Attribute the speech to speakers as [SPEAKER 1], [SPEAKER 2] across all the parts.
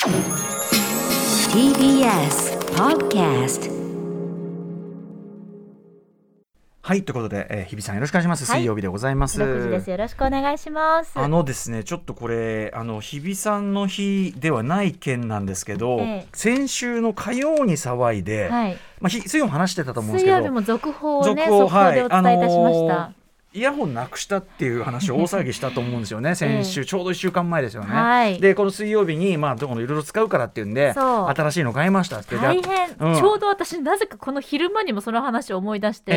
[SPEAKER 1] TBS Podcast。
[SPEAKER 2] はい、ということで、日比さんよろしくお願いします。
[SPEAKER 3] はい、
[SPEAKER 2] 水曜日でございます。
[SPEAKER 3] 6時です。よろしくお願いします。
[SPEAKER 2] ですね、ちょっとこれ日比さんの日ではない件なんですけど、先週の火曜に騒いで、
[SPEAKER 3] はい、
[SPEAKER 2] 水曜も話してたと思うんですけど、
[SPEAKER 3] 水曜日も続報をね、速報でお伝えいたしました。
[SPEAKER 2] イヤホンなくしたっていう話を大騒ぎしたと思うんですよね先週、ちょうど1週間前ですよね、
[SPEAKER 3] はい、
[SPEAKER 2] でこの水曜日にいろいろ使うからっていうんで新しいの買いましたって
[SPEAKER 3] 大変、ちょうど私なぜかこの昼間にもその話を思い出して、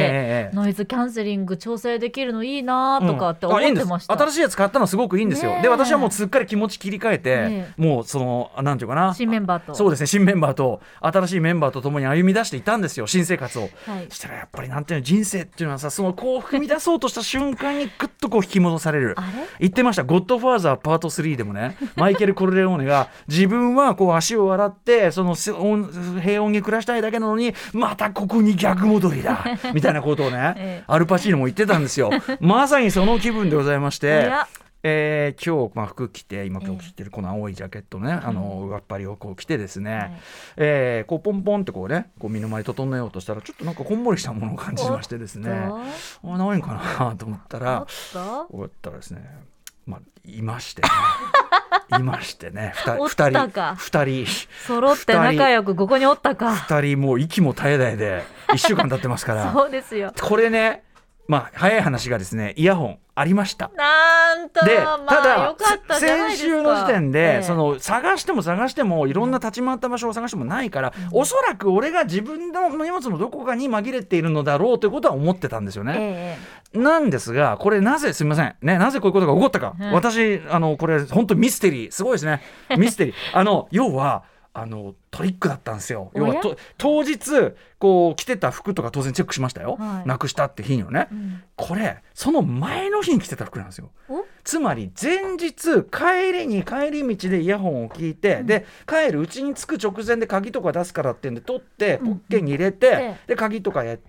[SPEAKER 3] ノイズキャンセリング調整できるのいいなとかって思ってました。
[SPEAKER 2] 新しいやつ買ったのすごくいいんですよ、で私はもうすっかり気持ち切り替えて、もうそのなんていうかな、
[SPEAKER 3] 新メンバーと
[SPEAKER 2] そうですね、新メンバーと新しいメンバーと共に歩み出していたんですよ、新生活を、そしたらやっぱりなんていうの、人生っていうのはさ、そのこう踏み出そうとした瞬間にグッとこう引き戻される。言ってました、ゴッドファーザーパート3でもね、マイケル・コルレオーネが自分はこう足を洗ってその平穏に暮らしたいだけなのにまたここに逆戻りだみたいなことをね、アルパチーノも言ってたんですよまさにその気分でございまして今日、服着て今着てるこの青いジャケットね、上っ張りをこう着てですね、こうポンポンってこうね、こう身の回り整えようとしたらちょっとなんかこんもりしたものを感じましてですね、ないんかなと思ったらですね、いましてねいましてね、2人
[SPEAKER 3] 揃って仲良くここにおったか。
[SPEAKER 2] 2人もう息も絶え絶えで1週間経ってますから
[SPEAKER 3] そうですよ。
[SPEAKER 2] これね、早い話がですね、イヤホンありました。
[SPEAKER 3] なんと、
[SPEAKER 2] でただ
[SPEAKER 3] よかったじゃないですか。
[SPEAKER 2] 先週の時点で、その探してもいろんな立ち回った場所を探してもないから、おそらく俺が自分の荷物のどこかに紛れているのだろうということは思ってたんですよね、なんですが、これなぜ、すみませんね、なぜこういうことが起こったか、私これ本当にミステリー、すごいですねミステリー要はトリックだったんですよ。要は当日こう着てた服とか当然チェックしましたよ、なくしたって日にはね、これその前の日に着てた服なんですよ。つまり前日帰り道でイヤホンを聞いて、で帰るうちに着く直前で鍵とか出すからってんで取ってポッケに入れて、で鍵とかやって、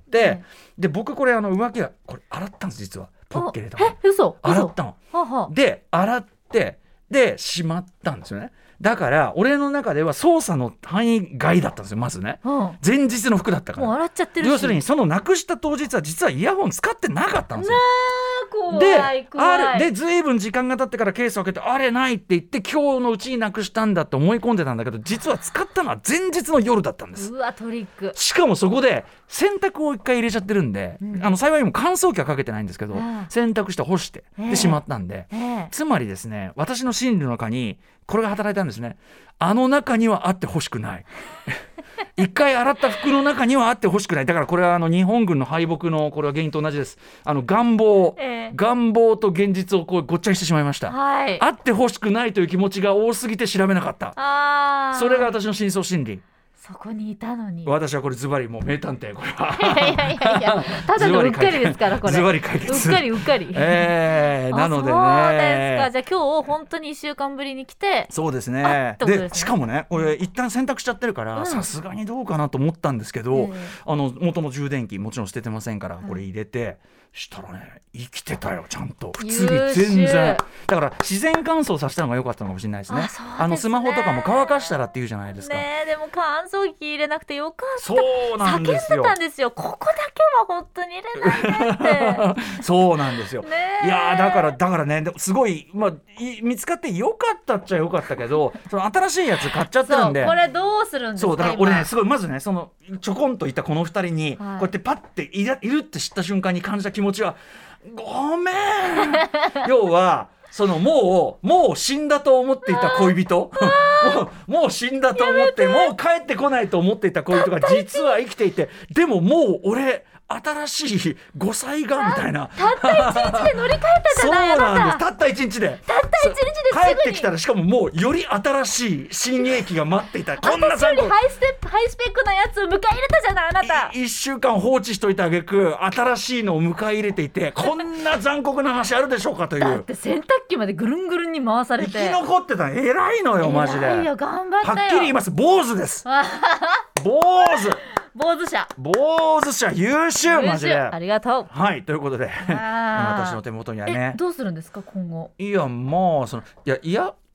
[SPEAKER 2] で僕これ浮気はこれ洗ったんです、実はポッケ入れたの。
[SPEAKER 3] 嘘
[SPEAKER 2] 洗ったので、洗ってでしまったんですよね。だから俺の中では捜査の範囲外だったんですよ、まずね、前日の服だったから。
[SPEAKER 3] もう洗っちゃってるし、
[SPEAKER 2] 要するにそのなくした当日は実はイヤホン使ってなかったんですよ。
[SPEAKER 3] 怖い
[SPEAKER 2] でずいぶん時間が経ってからケースを開けて、あれないって言って今日のうちになくしたんだって思い込んでたんだけど、実は使ったのは前日の夜だったんです。
[SPEAKER 3] うわ、トリック。
[SPEAKER 2] しかもそこで洗濯を一回入れちゃってるんで、幸いにも乾燥機はかけてないんですけど、洗濯して干してでしまったんで、つまりですね、私の心理の中にこれが働いたんですね。中にはあってほしくない一回洗った服の中にはあってほしくない。だからこれは日本軍の敗北のこれは原因と同じです。願望と現実をこうごっちゃにしてしまいました、あってほしくないという気持ちが多すぎて調べなかった。それが私の深層心理。
[SPEAKER 3] そこにいたのに。
[SPEAKER 2] 私はこれズバリもう名探偵、これはい
[SPEAKER 3] やただのうっかりですから、これ
[SPEAKER 2] ズバリ解決、
[SPEAKER 3] うっかり
[SPEAKER 2] なのでね。
[SPEAKER 3] そうですか。じゃあ今日本当に1週間ぶりに来て。
[SPEAKER 2] そうですね。でしかもね、これ一旦洗濯しちゃってるからさすがにどうかなと思ったんですけど、元の充電器もちろん捨ててませんから、これ入れてしたらね、生きてたよ、ちゃんと普通に全然。だから自然乾燥させたのが良かったのかもしれないですね。スマホとかも乾かしたらっていうじゃないですか。
[SPEAKER 3] でも乾燥機入れなくてよかった。
[SPEAKER 2] そうなんですよ。
[SPEAKER 3] 叫んでたんですよ、ここだけは本当に入れないでって
[SPEAKER 2] そうなんですよ。いやだからね、すごい、見つかってよかったっちゃよかったけど、その新しいやつ買っちゃってるんで、
[SPEAKER 3] これどうするんですか。
[SPEAKER 2] そうだから俺ね、すごいまずね、そのちょこんといたこの2人にこうやってパッているって知った瞬間に感じた気持ちは、ごめん要はそのもう死んだと思っていた恋人もう死んだと思ってもう帰ってこないと思っていた恋人が実は生きていて、でももう俺新しい5歳がみたいな、
[SPEAKER 3] たった1日で乗り換えたじゃない。
[SPEAKER 2] そうなんです。たった1日で帰ってきたら、しかももうより新しい新鋭機が待っていた。こんな
[SPEAKER 3] 私よりハイスペックなやつを迎え入れたじゃない、あなた。
[SPEAKER 2] 1週間放置しといた挙句新しいのを迎え入れていて、こんな残酷な話あるでしょうかという。
[SPEAKER 3] だって洗濯機までぐるんぐるんに回されて
[SPEAKER 2] 生き残ってた。偉いのよマジで。
[SPEAKER 3] いや頑張ったよ。
[SPEAKER 2] はっきり言います、坊主です坊主者優秀、マジで
[SPEAKER 3] ありがとう。
[SPEAKER 2] はい、ということで私の手元にはね、
[SPEAKER 3] どうするんですか今後。
[SPEAKER 2] いや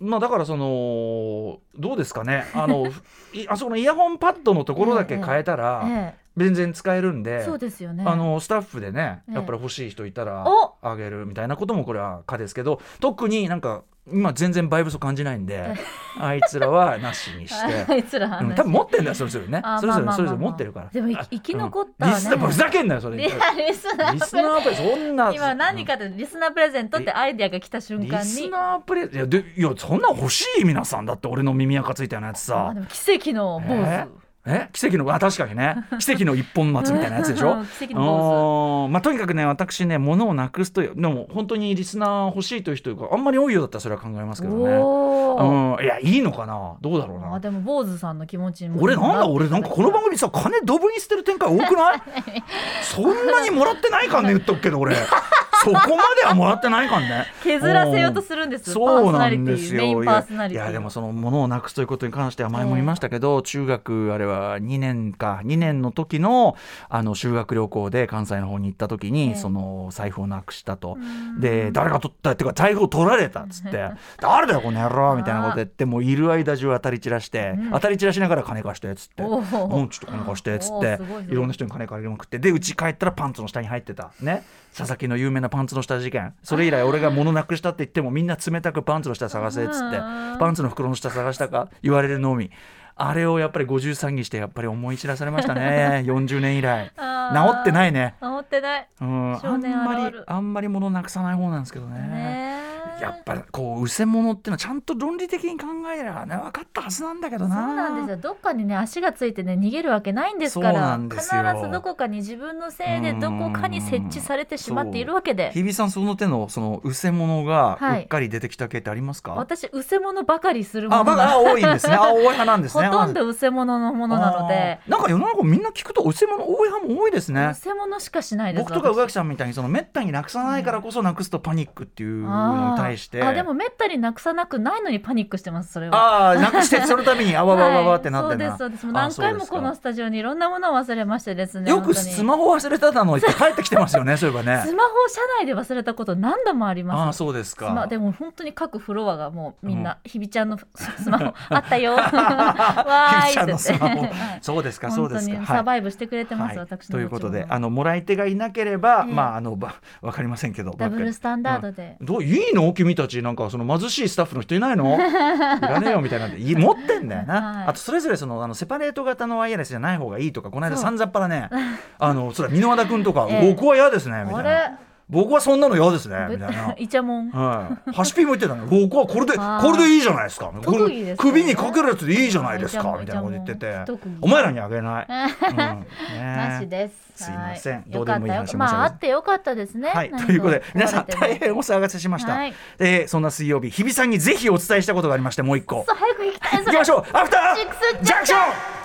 [SPEAKER 2] まあ、だからそのどうですかね、あそこのイヤホンパッドのところだけ変えたら、全然使えるんで、
[SPEAKER 3] そうですよね、
[SPEAKER 2] スタッフでねやっぱり欲しい人いたらあげるみたいなこともこれは可ですけど、特になんか今全然バイブスを感じないんであいつらはなしにして
[SPEAKER 3] あいつらは
[SPEAKER 2] 多分持ってんだよそれぞれね、それぞれ持ってるから。
[SPEAKER 3] でも生き残ったね、
[SPEAKER 2] リスナーふざけんなよそれ。リスナープレゼントそんな
[SPEAKER 3] 今何かでリスナープレゼントってアイデアが来た瞬間に
[SPEAKER 2] リスナープレゼントいやそんな欲しい皆さんだって、俺の耳垢ついたようなやつさ。
[SPEAKER 3] でも奇跡の坊主、
[SPEAKER 2] 奇跡の確かにね奇跡の一本松みたいなやつでしょ
[SPEAKER 3] 奇跡の坊主。
[SPEAKER 2] まあ、とにかくね私ね物をなくすというでも本当にリスナー欲しいという人があんまり多いようだったらそれは考えますけどね。いやいいのかなどうだろうな。
[SPEAKER 3] でも坊主さんの気持ちに
[SPEAKER 2] 俺なんかこの番組さ金ドブに捨てる展開多くないそんなにもらってないかんね言っとくけど俺そこまではもらってないかんね
[SPEAKER 3] 削らせようとするんです。
[SPEAKER 2] そうなんですよ。
[SPEAKER 3] メインパーソナリティ。
[SPEAKER 2] いやでもその物をなくすということに関しては前も言いましたけど、中学あれは2年の時の修学旅行で関西の方に行った時に、その財布をなくしたと、で誰が取ったっていうか財布を取られたっつって誰だよこの野郎みたいなこと言って、もういる間中当たり散らして、当たり散らしながら金貸してっつって、ちょっと金貸してっつっていろんな人に金借りまくって、で家帰ったらパンツの下に入ってたね、佐々木の有名なパンツの下事件。それ以来俺が物なくしたって言ってもみんな冷たくパンツの下探せっつってパンツの袋の下探したか言われるのみ。あれをやっぱり53にしてやっぱり思い知らされましたね40年以来治ってないね。
[SPEAKER 3] 治ってない、
[SPEAKER 2] あんまり物なくさない方なんですけどね。やっぱりこううせ物ってのはちゃんと論理的に考えればね分かったはずなんだけどな。
[SPEAKER 3] そうなんですよ。どっかにね足がついてね逃げるわけないんですから。必ずどこかに自分のせいでどこかに設置されてしまっているわけで。
[SPEAKER 2] 日比さんその手のそのうせ物がうっかり出てきた系ってありますか？
[SPEAKER 3] 私うせ物ばかりするものが
[SPEAKER 2] 多いんですね。多い派なんですね。
[SPEAKER 3] ほとんどうせ物のものなので、
[SPEAKER 2] なんか世の中みんな聞くとうせ物多い派も多いですね。
[SPEAKER 3] うせ物しかしないです。
[SPEAKER 2] 僕とか宇垣さんみたいにそのめったになくさないからこそなくすとパニックっていうのに対して、
[SPEAKER 3] でもめったになくさなくないのにパニックしてます。それは
[SPEAKER 2] なくしてそのためにあわわわわってなってるな。
[SPEAKER 3] そうです何回もこのスタジオにいろんなものを忘れましてですね。
[SPEAKER 2] よくスマホ忘れたのって帰ってきてますよねそういえばね。
[SPEAKER 3] スマホを車内で忘れたこと何度もあります。
[SPEAKER 2] そうですか。
[SPEAKER 3] でも本当に各フロアがもうみんな、日比ちゃんのスマホあったよわ
[SPEAKER 2] ーいって言ってそうですかそうですか。
[SPEAKER 3] 本当にサバイブしてくれてます、私の。
[SPEAKER 2] ということでもらい手がいなければ、わかりませんけど
[SPEAKER 3] ダブルスタンダードで、
[SPEAKER 2] いいの君たちなんかその貧しいスタッフの人いないのいらねえよみたいなんで持ってんだよな、あとそれぞれそのセパレート型のワイヤレスじゃない方がいいとかこの間さんざっぱらねそれ箕輪田君とか、僕は嫌ですねみたいな。僕はそんなの嫌ですねみたいな。
[SPEAKER 3] イチャモン、
[SPEAKER 2] ハシピーも言ってたね。僕はこれでいいじゃないですか。首にかけるやつでいいじゃないですかみたいなこと言ってて、お前らにあげない。
[SPEAKER 3] なしです。
[SPEAKER 2] すいません。どうでもいい話。
[SPEAKER 3] あってよかったですね。
[SPEAKER 2] ということで皆さん大変お騒がせしました。そんな水曜日日比さんにぜひお伝えしたことがありまして、もう一個
[SPEAKER 3] 早く行きたい。
[SPEAKER 2] 行きましょう。アフタージャンクション。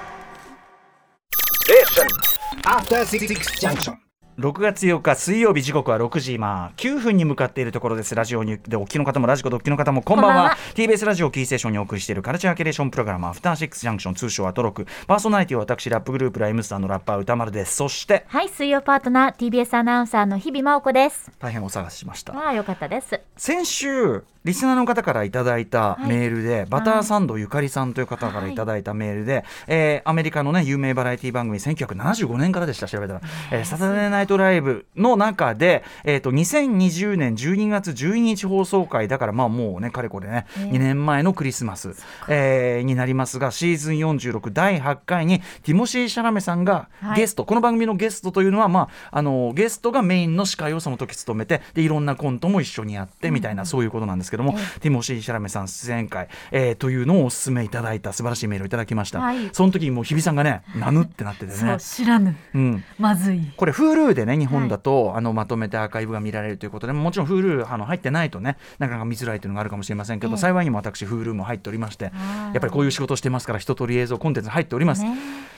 [SPEAKER 2] アフターシックスジャンクション。6月8日水曜日、時刻は6時9分に向かっているところです。ラジオでお聞きの方もラジコでお聞きの方もこんばんは。 TBS ラジオキーステーションにお送りしているカルチャーキュレーションプログラムアフターシックスジャンクション、通称アトロク。パーソナリティは私ラップグループライムスターのラッパー歌丸です。そして
[SPEAKER 3] 水曜パートナー TBS アナウンサーの日々真央子です。
[SPEAKER 2] 大変お探ししました。
[SPEAKER 3] よかったです。
[SPEAKER 2] 先週リスナーの方からいただいたメールで、バターサンドゆかりさんという方からいただいたメールで、アメリカのね有名バラエティ番組1975年からでした。調べたら、サタデーナイトライブの中で、2020年12月12日放送回だから、もうねかれこれね、2年前のクリスマス、になりますが、シーズン46第8回にティモシー・シャラメさんがゲスト、この番組のゲストというのは、ゲストがメインの司会をその時務めて、でいろんなコントも一緒にやってみたいな、そういうことなんですけども、ティモシー・シャラメさん出演会、というのをお勧めいただいた素晴らしいメールをいただきました。その時にもう日比さんがねなぬってなっててね
[SPEAKER 3] そう知らぬ、まずい。
[SPEAKER 2] これ Hulu でね日本だと、まとめてアーカイブが見られるということで、もちろん Hulu 入ってないとねなかなか見づらいというのがあるかもしれませんけど、幸いにも私 Hulu も入っておりまして、やっぱりこういう仕事をしてますから一通り映像コンテンツ入っております。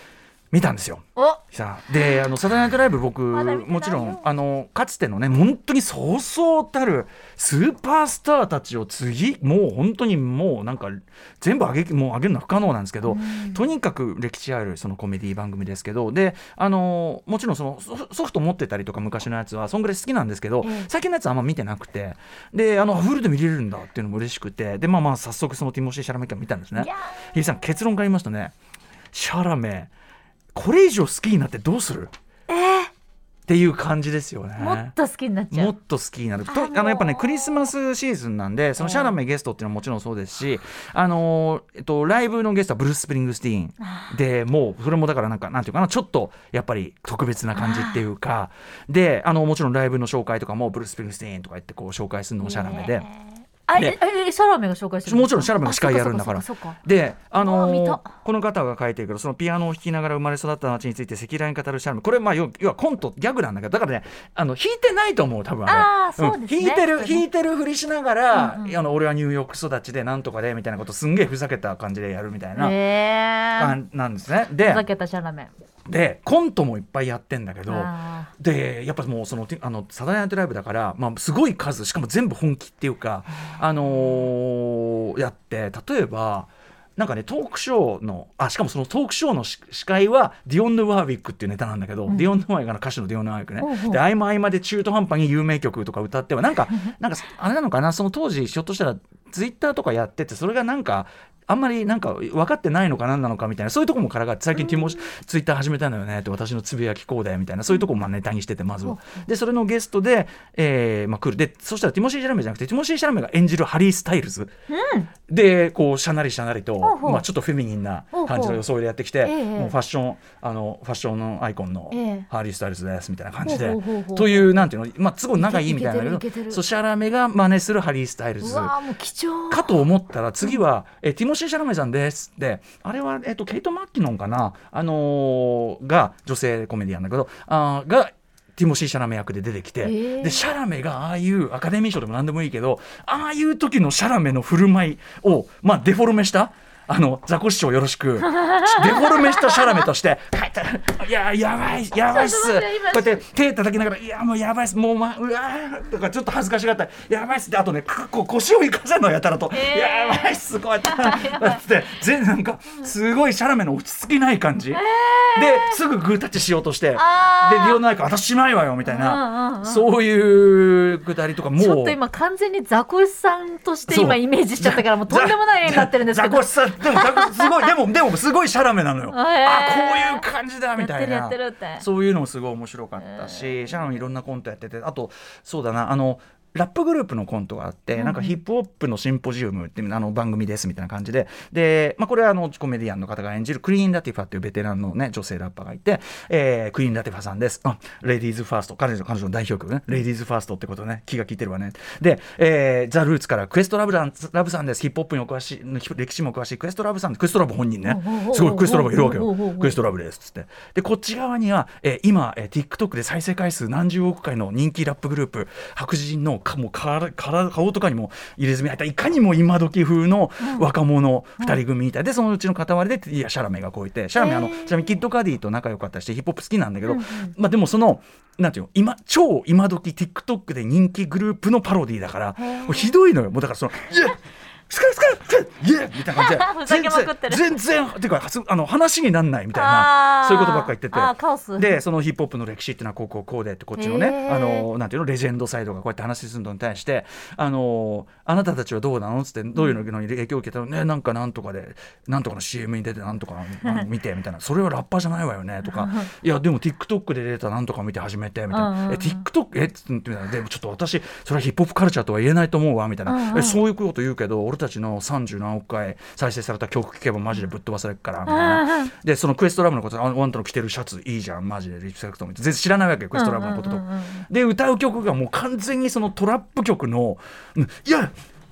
[SPEAKER 2] 見たんですよ。さあでサタデーナイトライブ僕もちろんかつてのね本当にそうそうたるスーパースターたちをもう本当にもうなんか全部上げるのは不可能なんですけど、とにかく歴史あるそのコメディ番組ですけど、でもちろんそのソフト持ってたりとか昔のやつはそんぐらい好きなんですけど、最近のやつはあんま見てなくて、でフルで見れるんだっていうのも嬉しくて、でまあ早速そのティモシー・シャラメから見たんですね。日比さん結論から言いますとね、シャラメこれ以上好きになってどうする、っていう感じですよね。
[SPEAKER 3] もっと好きになっちゃう。
[SPEAKER 2] もっと好きになるとやっぱねクリスマスシーズンなんで、そのシャラメゲストっていうのはもちろんそうですし、ライブのゲストはブルース・スプリングスティーンで、もうそれもだからなんていうかな、ちょっとやっぱり特別な感じっていうかで、もちろんライブの紹介とかもブルース・スプリングスティーンとか言ってこう紹介するのもシャラメで。
[SPEAKER 3] シャラメが紹介してる。
[SPEAKER 2] もちろんシャラメが司会やるんだから。でこの方が書いてるけど、そのピアノを弾きながら生まれ育った街について赤裸々に語るシャラメ、これ要はコントギャグなんだけど、だからね弾いてないと思う多分
[SPEAKER 3] そうですね、
[SPEAKER 2] 弾いてるふりしながら、俺はニューヨーク育ちでなんとかでみたいなことすんげえふざけた感じでやるみたいな感じなんですね。で
[SPEAKER 3] ふざけたシャラメ
[SPEAKER 2] でコントもいっぱいやってんだけど、でやっぱもうそのサタデーナイトライブだから、すごい数、しかも全部本気っていうか、やって、例えばなんかねトークショーのしかもそのトークショーの司会はディオンヌ・ワーウィックっていうネタなんだけど、ディオンヌ・ワーウィックの歌手のディオンヌ・ワーウィックね、で合間合間で中途半端に有名曲とか歌ってはなんかあれなのかな、その当時ひょっとしたらツイッターとかやってて、それがなんかあんまりなんか分かってないのか何なのかみたいな、そういうところもからがって、最近ツイッター始めたのよねって、私のつぶやきこうだよみたいな、そういうところもネタにしてて、まずはでそれのゲストで、来る。でそしたらティモシー・シャラメじゃなくてティモシー・シャラメが演じるハリー・スタイルズ、でこうしゃなりしゃなりと、ちょっとフェミニンな感じの装いでやってきて、もうファッションのアイコンのハリー・スタイルズですみたいな感じで、というなんていうの、都合仲いいみたいなんだけど、そうシャラメが真似するハリー・スタイルズかと思ったら、次はティモシー・シャラメさんですで、あれは、ケイト・マッキノンかな、が女性コメディアンだけどがティモシー・シャラメ役で出てきて、でシャラメがああいうアカデミー賞でも何でもいいけど、ああいう時のシャラメの振る舞いを、デフォルメしたザコシショウよろしくデフォルメしたシャラメとしてやばいっす、こうやって手叩きながら、いやもうやばいっす、もううわーとかちょっと恥ずかしがったり、やばいっすって、あとねこう腰を生かせるのやたらと、やばいっすこうやってなんかすごいシャラメの落ち着きない感じ、ですぐグータッチしようとして、でディオナイカ私しないわよみたいな、そういうくだりとか、もう
[SPEAKER 3] ちょっと今完全にザコシさんとして今イメージしちゃったから、もうとんでもない絵になってるんですけど、
[SPEAKER 2] ザコシさんでもすごいシャラメなのよ、こういう感じだみたいな、そういうのもすごい面白かったし、シャラメいろんなコントやってて、あとそうだな、ラップグループのコントがあって、なんかヒップホップのシンポジウムっていう番組ですみたいな感じで、これはコメディアンの方が演じるクイーン・ラティファっていうベテランの、ね、女性ラッパーがいて、クイーン・ラティファさんです。レディーズファースト、彼女の代表曲ね、レディーズファーストってことね、気が利いてるわね。で、ザ・ルーツからクエストラブさんです。ヒップホップにお詳しい、歴史も詳しいクエストラブさん、クエストラブ本人ね、すごいクエストラブがいるわけよ。クエストラブですっつって、でこっち側には、今、TikTok で再生回数何十億回の人気ラップグループ白人のもう顔とかにも入れ墨入った、いかにも今時風の若者2人組みたいで、そのうちの片割れでシャラメがこういて、シャラメちなみにキッドカディと仲良かったりしてヒップホップ好きなんだけど、でもそのなんていうの、超今時 TikTok で人気グループのパロディだから、ひどいのよ。もうだからそのスカイエーみたいな感じで全然っていうか話になんないみたいな、そういうことばっかり言ってて、でそのヒップホップの歴史っていうのはこうでって、こっちのねなんていうのレジェンドサイドがこうやって話するのに対して、あなたたちはどうなのっつって、どういうのに影響を受けたのね、なんとかの CM に出てなんとか見てみたいな、それはラッパーじゃないわよねとか、いやでも TikTok で出たなんとか見て始めてみたいな、TikTok っつってでもちょっと私それはヒップホップカルチャーとは言えないと思うわみたいな、そういうこと言うけど俺たちの30何億回再生された曲聴けばマジでぶっ飛ばされるからみたいな、でそのクエストラブのことワンタの着てるシャツいいじゃんマジでリスペクトみたいな、全然知らないわけよクエストラブのことと、で歌う曲がもう完全にそのトラップ曲のいや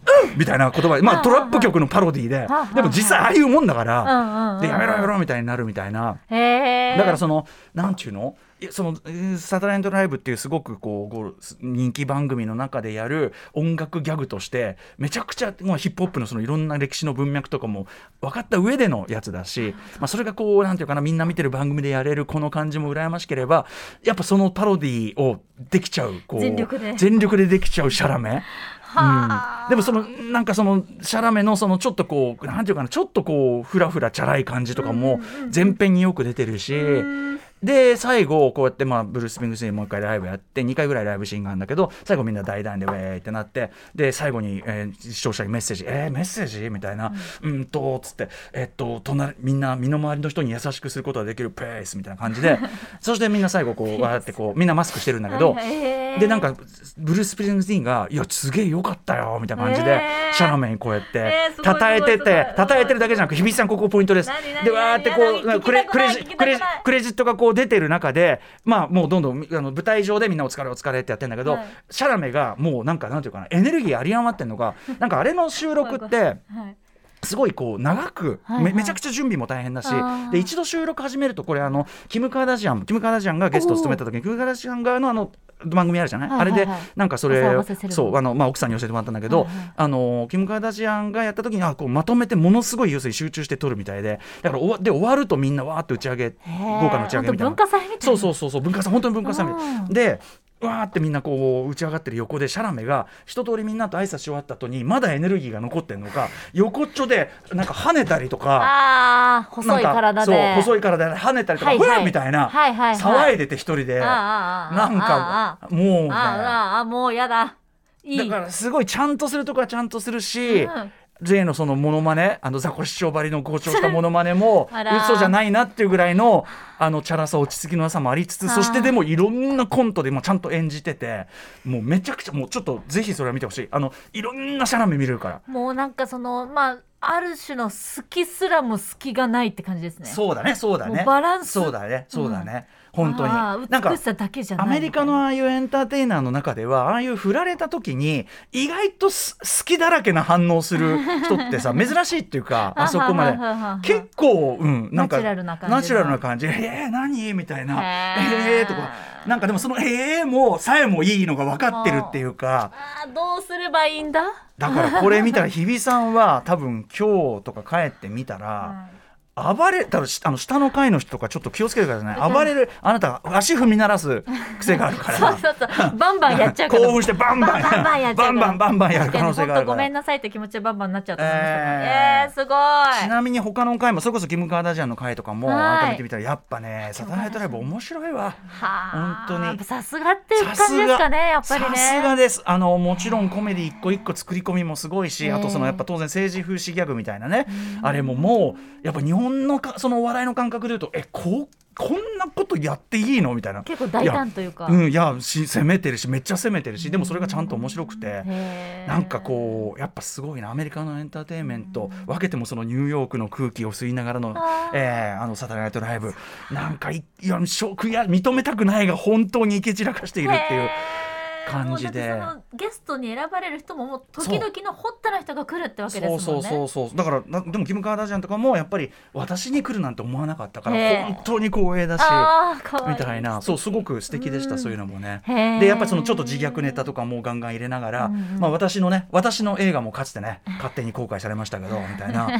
[SPEAKER 2] みたいな言葉で、まあ、トラップ曲のパロディで、でも実際ああいうもんだから、でやめろやめろみたいになるみたいな。だからそのなんていうの、そのサタデーナイトライブっていうすごくこう人気番組の中でやる音楽ギャグとしてめちゃくちゃもうヒップホップのそのいろんな歴史の文脈とかも分かった上でのやつだし、まあ、それがこうなんていうかな、みんな見てる番組でやれるこの感じも羨ましければ、やっぱそのパロディをできちゃう、こう全力でできちゃうシャラメ。でもそのなんかそのシャラメのそのちょっとこうなんていうかな、ちょっとこうフラフラチャラい感じとかも前編によく出てるし、で最後こうやってまあブルース・スプリングスティーンもう一回ライブやって2回ぐらいライブシーンがあるんだけど、最後みんな大団でウェーイってなって、で最後に、視聴者にメッセージメッセージみたいな、つってみんな身の回りの人に優しくすることができるペースみたいな感じでそしてみんな最後こうわーってこうみんなマスクしてるんだけど、でなんかブルース・スプリングスティーンがいやすげえよかったよみたいな感じで、シャラメにこうやって称えてるだけじゃなく、日比さんここポイントです。でわーってこうクレジットがこう出てる中で、まあもうどんどん舞台上でみんなお疲れお疲れってやってるんだけど、シャラメがもうなんていうかな、エネルギー有り余ってんのが、なんかあれの収録ってすごいこう長く、めちゃくちゃ準備も大変だし、で一度収録始めるとこれキム・カーダシアンがゲストを務めた時にキム・カーダシアン側の番組あるじゃない、あれでなんかそれそうまあ、奥さんに教えてもらったんだけど、キム・カーダシアンがやった時にこうまとめてものすごい要するに集中して撮るみたいで、だから終わるとみんなわーって打ち上げ、豪華な打ち上げみたいな、
[SPEAKER 3] 文化祭みたいな、
[SPEAKER 2] そう文化祭、本当に文化祭みたいなでわーってみんなこう打ち上がってる横でシャラメが一通りみんなと挨拶し終わった後にまだエネルギーが残ってんのか、横っちょでなんか跳ねたりとか、
[SPEAKER 3] 細い体で
[SPEAKER 2] 跳ねたりとか、ふわみたいな騒いでて一人で、なんかもうみたいな、
[SPEAKER 3] もうやだ。
[SPEAKER 2] だからすごいちゃんとするとこはちゃんとするし、例のそのモノマネ、ザコシショウばりの強調したモノマネも嘘じゃないなっていうぐらいのチャラさ、落ち着きのなさもありつつ、そしてでもいろんなコントでもちゃんと演じてて、もうめちゃくちゃ、もうちょっとぜひそれは見てほしい。いろんなシャラメ見れるから、
[SPEAKER 3] もうなんかそのまあある種の好きすらも隙がないって感じですね。
[SPEAKER 2] そうだね
[SPEAKER 3] バランス、
[SPEAKER 2] そうだね、本当に
[SPEAKER 3] なんか美しさだけじゃない、
[SPEAKER 2] アメリカのああいうエンターテイナーの中ではああいう振られた時に意外と好きだらけな反応する人ってさ珍しいっていうかあそこまで結構、なんかナチュラルな感じ何みたいなとか、なんかでもそのもさえもいいのが分かってるっていうか、
[SPEAKER 3] どうすればいいんだ。
[SPEAKER 2] だからこれ見たら日比さんは多分今日とか帰ってみたら、暴れたら下の階の人とかちょっと気をつけてくださいね。暴れるあなた足踏み鳴らす癖があるから
[SPEAKER 3] そうバンバンやっちゃうから、
[SPEAKER 2] 興奮してバンバンやる可能性があるから、
[SPEAKER 3] ごめんなさいって気持ちでバンバンになっちゃうと思いました。すごい。
[SPEAKER 2] ちなみに他の回もそれこそキム・カーダシアンの回とかも改めて見たらやっぱね、サタデーナイトライブ面白いわ。本当に
[SPEAKER 3] さすがっていう感じですかね、やっぱりね。
[SPEAKER 2] さすがです。もちろんコメディ一個一個作り込みもすごいし、あとそのやっぱ当然政治風刺ギャグみたいなね、あれももうやっぱ日本のそのお笑いの感覚でいうとこんなことやっていいのみたいな、
[SPEAKER 3] 結構大胆というか、
[SPEAKER 2] 攻めてるしめっちゃ攻めてるし、でもそれがちゃんと面白くて、なんかこうやっぱすごいな、アメリカのエンターテインメント分けてもそのニューヨークの空気を吸いながらのサタデーナイトライブ、なんか認めたくないが本当にいけ散らかしているっていう感じで、
[SPEAKER 3] そのゲストに選ばれる人ももう時々のホットな人が来るってわけですもんね。
[SPEAKER 2] そうだからでもキム・カーダシアンとかもやっぱり私に来るなんて思わなかったから本当に光栄だしみたいな、すごく素敵でした、そういうのもね。でやっぱりそのちょっと自虐ネタとかもガンガン入れながら、私の映画もかつてね勝手に公開されましたけどみたいな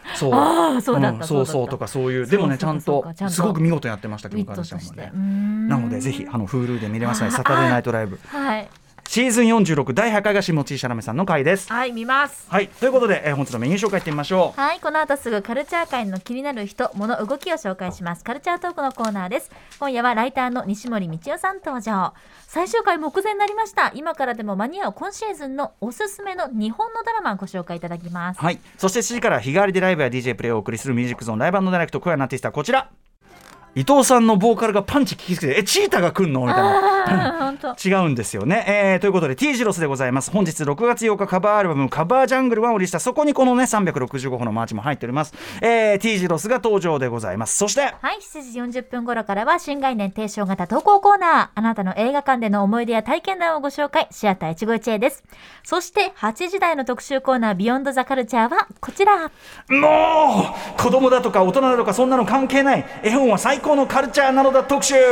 [SPEAKER 2] そうとか、そういうでもねちゃんとすごく見事やってましたキム・カーダシアンもね。なのでぜひHuluで見れますね、サタデーナイトライブ。シーズン46第8回が下地シャラメさんの回です。
[SPEAKER 3] はい、見ます。
[SPEAKER 2] はい、ということで、本日のメニュー紹介してみましょう。
[SPEAKER 3] はい、この後すぐカルチャー界の気になる人、物、動きを紹介します。カルチャートークのコーナーです。今夜はライターの西森道夫さん登場。最終回目前になりました。今からでも間に合う今シーズンのおすすめの日本のドラマをご紹介いただきます。
[SPEAKER 2] はい、そして7時から日替わりでライブや DJ プレイをお送りするミュージックゾーンライブ&ダイレクト、今夜のアーティストはこちら。 伊藤さんのボーカルがパンチ効きつけてチータが来んのみたいな違うんですよね、ということで T ジロスでございます。本日6月8日カバーアルバムカバージャングル1をリリースした、そこにこのね365歩のマーチも入っております。T ジロスが登場でございます。そして
[SPEAKER 3] はい、7時40分頃からは新概念提唱型投稿コーナー、あなたの映画館での思い出や体験談をご紹介、シアター一期一会です。そして8時台の特集コーナービヨンドザカルチャーはこちら。
[SPEAKER 2] もう子供だとか大人だとかそんなの関係ない、絵本は最高のカルチャーなのだ特集。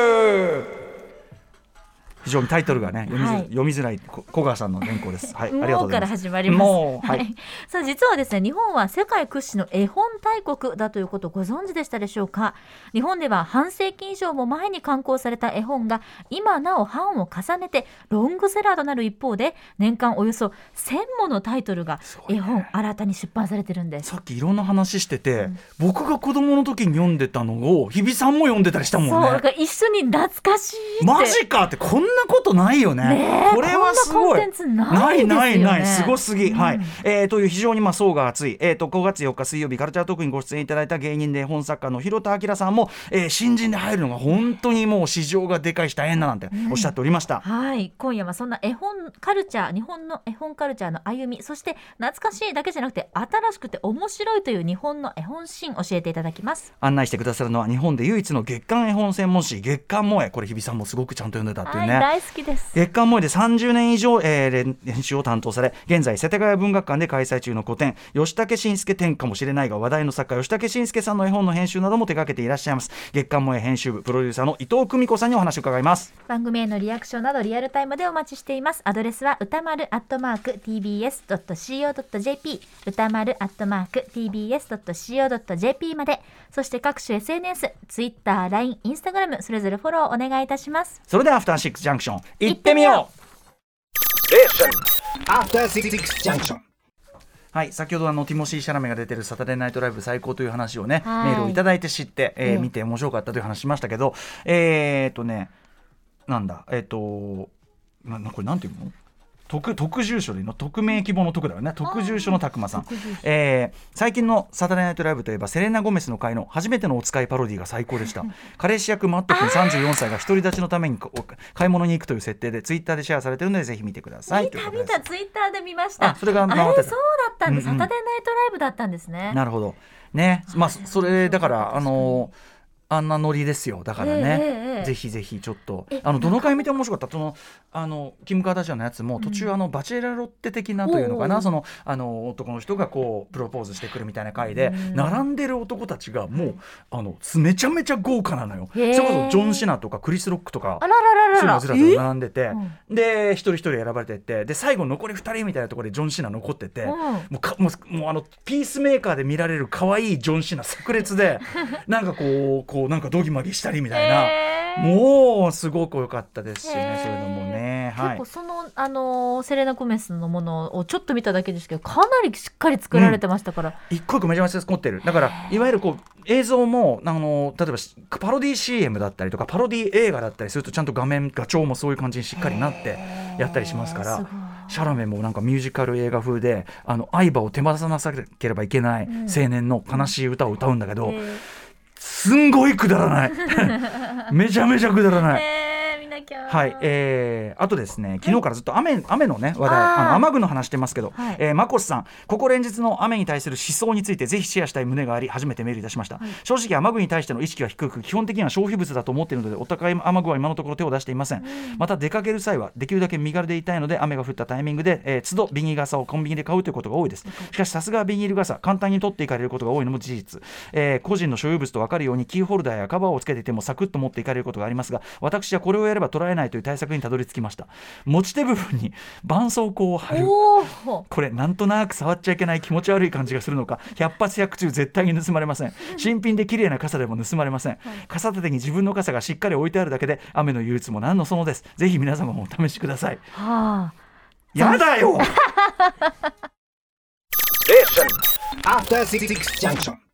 [SPEAKER 2] 非常にタイトルがね読みづらい小川さんの原稿です。はい、ありがとうございます。
[SPEAKER 3] から始まります。はい、さあ実はですね、日本は世界屈指の絵本大国だということをご存知でしたでしょうか。日本では半世紀以上も前に刊行された絵本が今なお版を重ねてロングセラーとなる一方で、年間およそ1000ものタイトルが絵本新たに出版されてるんです。
[SPEAKER 2] さっきいろんな話してて、僕が子供の時に読んでたのを日比さんも読んでたりしたもんね。
[SPEAKER 3] そうだから一緒に懐かしいって、
[SPEAKER 2] マジかって、こんなことないよ ね。これはすごい。
[SPEAKER 3] こんなコンテンツないですよね。
[SPEAKER 2] ないすごすぎ、はいという非常に層が厚い、5月4日水曜日カルチャートークにご出演いただいた芸人で絵本作家の広田明さんも、新人で入るのが本当にもう市場がでかいし大変だなんておっしゃっておりました。
[SPEAKER 3] はい、今夜はそんな絵本カルチャー、日本の絵本カルチャーの歩み、そして懐かしいだけじゃなくて新しくて面白いという日本の絵本シーン教えていただきます。
[SPEAKER 2] 案内してくださるのは日本で唯一の月刊絵本専門誌月刊萌え。これ日比さんもすごくちゃんと読んでたっていうね、
[SPEAKER 3] はい、大好きです。
[SPEAKER 2] 月刊萌えで30年以上、編集を担当され、現在世田谷文学館で開催中の個展吉武慎介展かもしれないが話題の作家吉武慎介さんの絵本の編集なども手掛けていらっしゃいます。月刊萌え編集部プロデューサーの伊藤久美子さんにお話を伺います。
[SPEAKER 3] 番組へのリアクションなどリアルタイムでお待ちしています。アドレスは歌丸@tbs.co.jp 歌丸@tbs.co.jp まで。そして各種 SNS、Twitter、LINE、Instagram それぞれフォローお願いいたします。
[SPEAKER 2] それではアフターシックスジャンクション行ってみよう。アフターシックスジャンクション。はい、先ほどティモシー・シャラメが出てるサタデーナイトライブ最高という話をね、メールをいただいて知って、見て面白かったという話しましたけど、なんだこれなんていうの、特住所の匿名希望の特だよね。特住所のたくまさん、最近のサタデーナイトライブといえばセレナ・ゴメスの会の初めてのお使いパロディが最高でした。彼氏役マット君34歳が独り立ちのために買い物に行くという設定でツイッターでシェアされているのでぜひ見てください。
[SPEAKER 3] 見たツイッターで見ました。
[SPEAKER 2] それが
[SPEAKER 3] そうだったんです、サタデーナイトライブだったんですね。
[SPEAKER 2] なるほどね、それだからあんなノリですよ。だからね、ぜひぜひちょっとどの回見て面白かった。キム・カーダシアンのやつも途中バチェラロッテ的なというのかな、男の人がこうプロポーズしてくるみたいな回で、並んでる男たちがもうめちゃめちゃ豪華なのよ。それこそジョン・シナとかクリス・ロックとかそういうのずらずら並んでて、で一人一人選ばれてって、で最後残り2人みたいなところでジョン・シナ残ってて、もうピースメーカーで見られる可愛いジョン・シナ炸裂でなんかこうなんかドギマギしたりみたいな、もうすごく良かったですしね、そういうのもね、はい、
[SPEAKER 3] 結構セレナ・ゴメスのものをちょっと見ただけですけど、かなりしっかり作られてましたから、
[SPEAKER 2] 一個一個めちゃめちゃ作ってる。だからいわゆる映像も例えばパロディ CM だったりとかパロディ映画だったりするとちゃんと画調もそういう感じにしっかりなってやったりしますから、シャラメもなんかミュージカル映画風で相葉を手放さなければいけない青年の悲しい歌を歌うんだけど、すんごいくだらないめちゃめちゃくだらない。はい、あとですね、昨日からずっと雨のね話題、雨具の話してますけど、マコスさん、ここ連日の雨に対する思想についてぜひシェアしたい旨があり初めてメールいたしました。正直雨具に対しての意識は低く、基本的には消費物だと思っているのでお高い雨具は今のところ手を出していません。また出かける際はできるだけ身軽でいたいので、雨が降ったタイミングで、都度ビニール傘をコンビニで買うということが多いです。しかしさすがビニール傘、簡単に取っていかれることが多いのも事実。個人の所有物と分かるようにキーホルダーやカバーをつけていてもサクッと持っていかれることがありますが、私はこれをやれば捉えないという対策にたどり着きました。持ち手部分に絆創膏を貼る。これなんとなく触っちゃいけない気持ち悪い感じがするのか、100発100中絶対に盗まれません。新品で綺麗な傘でも盗まれません。傘立てに自分の傘がしっかり置いてあるだけで雨の憂鬱も何のそのです。ぜひ皆様もお試しください。やだよ。After 66 junction